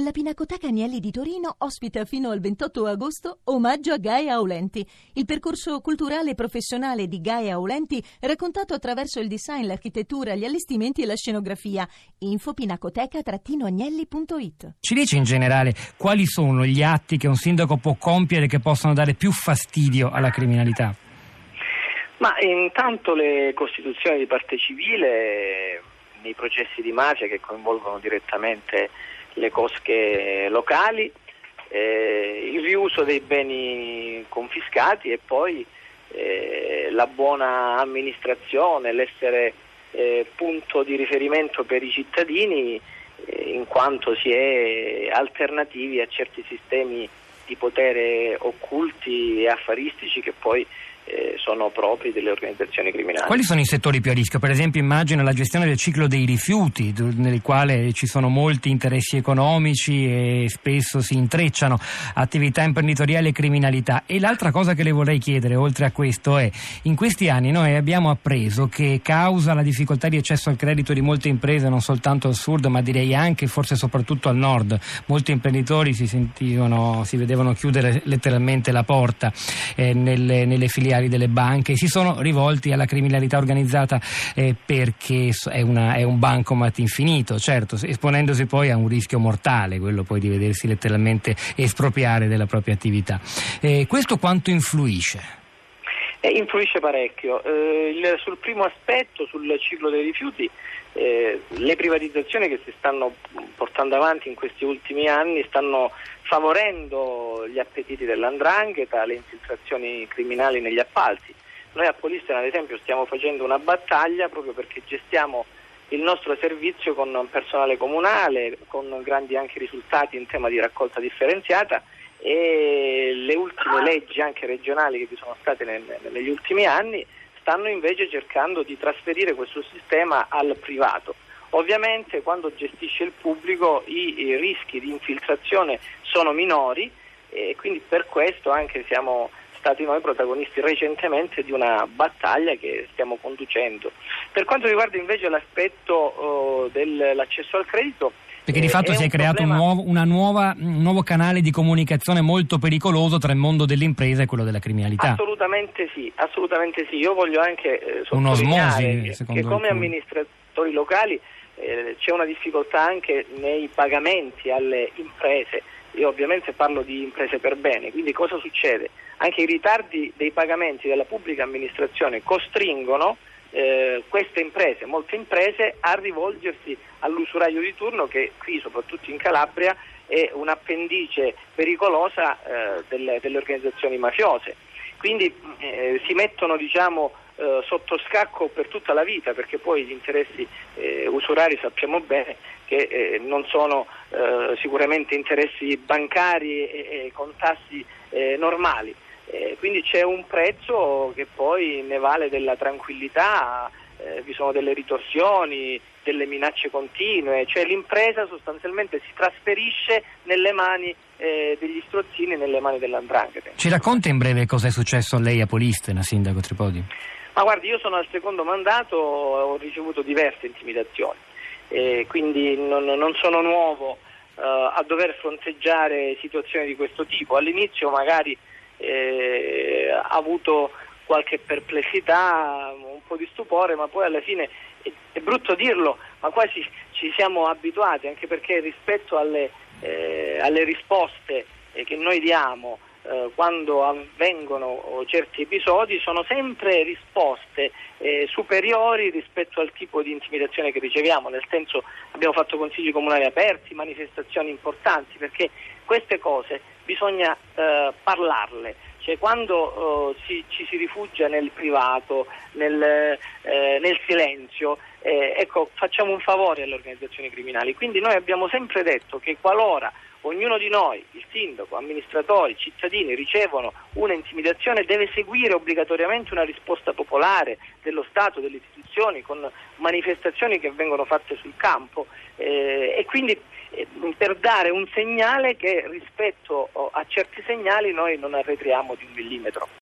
La Pinacoteca Agnelli di Torino ospita fino al 28 agosto Omaggio a Gaia Aulenti, il percorso culturale e professionale di Gaia Aulenti raccontato attraverso il design, l'architettura, gli allestimenti e la scenografia. Info pinacoteca-agnelli.it. Ci dice in generale quali sono gli atti che un sindaco può compiere che possono dare più fastidio alla criminalità? Ma intanto le costituzioni di parte civile nei processi di mafia che coinvolgono direttamente le cosche locali, il riuso dei beni confiscati e poi la buona amministrazione, l'essere punto di riferimento per i cittadini in quanto si è alternativi a certi sistemi di potere occulti e affaristici che poi sono propri delle organizzazioni criminali. Quali sono i settori più a rischio? Per esempio immagino la gestione del ciclo dei rifiuti, nel quale ci sono molti interessi economici e spesso si intrecciano attività imprenditoriali e criminalità. E l'altra cosa che le vorrei chiedere, oltre a questo, è: in questi anni noi abbiamo appreso che causa la difficoltà di accesso al credito di molte imprese, non soltanto al sud, ma direi anche, forse soprattutto al nord, molti imprenditori si vedevano chiudere letteralmente la porta nelle filiali delle banche, si sono rivolti alla criminalità organizzata perché è un bancomat infinito, certo, esponendosi poi a un rischio mortale, quello poi di vedersi letteralmente espropriare della propria attività. Questo quanto influisce? Influisce parecchio. Sul primo aspetto, sul ciclo dei rifiuti, le privatizzazioni che si stanno portando avanti in questi ultimi anni stanno favorendo gli appetiti dell''ndrangheta, le infiltrazioni criminali negli appalti. Noi a Polistena, ad esempio, stiamo facendo una battaglia proprio perché gestiamo il nostro servizio con personale comunale, con grandi anche risultati in tema di raccolta differenziata, e le ultime leggi anche regionali che vi sono state negli ultimi anni stanno invece cercando di trasferire questo sistema al privato. Ovviamente quando gestisce il pubblico i rischi di infiltrazione sono minori e quindi per questo anche siamo stati noi protagonisti recentemente di una battaglia che stiamo conducendo. Per quanto riguarda invece l'aspetto dell'accesso al credito, perché di fatto si è creato un nuovo canale di comunicazione molto pericoloso tra il mondo dell'impresa e quello della criminalità. Assolutamente sì. Io voglio anche sottolineare che come amministratori locali c'è una difficoltà anche nei pagamenti alle imprese. Io ovviamente parlo di imprese per bene, quindi cosa succede? Anche i ritardi dei pagamenti della pubblica amministrazione costringono molte imprese a rivolgersi all'usuraio di turno, che qui soprattutto in Calabria è un'appendice pericolosa delle organizzazioni mafiose. Quindi si mettono sotto scacco per tutta la vita, perché poi gli interessi usurari sappiamo bene che non sono sicuramente interessi bancari e con tassi normali. Quindi c'è un prezzo che poi ne vale della tranquillità, vi sono delle ritorsioni, delle minacce continue, cioè l'impresa sostanzialmente si trasferisce nelle mani degli strozzini, nelle mani dell''ndrangheta. Ci racconta in breve cosa è successo a lei a Polistena, sindaco Tripodi? Ma guardi, io sono al secondo mandato, ho ricevuto diverse intimidazioni, quindi non sono nuovo a dover fronteggiare situazioni di questo tipo. All'inizio magari ha avuto qualche perplessità, un po' di stupore, ma poi alla fine è brutto dirlo, ma quasi ci siamo abituati, anche perché rispetto alle risposte che noi diamo quando avvengono certi episodi sono sempre risposte superiori rispetto al tipo di intimidazione che riceviamo, nel senso abbiamo fatto consigli comunali aperti, manifestazioni importanti, perché queste cose bisogna parlarle, cioè quando ci si rifugia nel privato, nel silenzio, facciamo un favore alle organizzazioni criminali. Quindi noi abbiamo sempre detto che qualora ognuno di noi, il sindaco, amministratori, cittadini, ricevono una intimidazione, deve seguire obbligatoriamente una risposta popolare dello Stato, delle istituzioni, con manifestazioni che vengono fatte sul campo e quindi per dare un segnale che rispetto a certi segnali noi non arretriamo di 1 millimetro.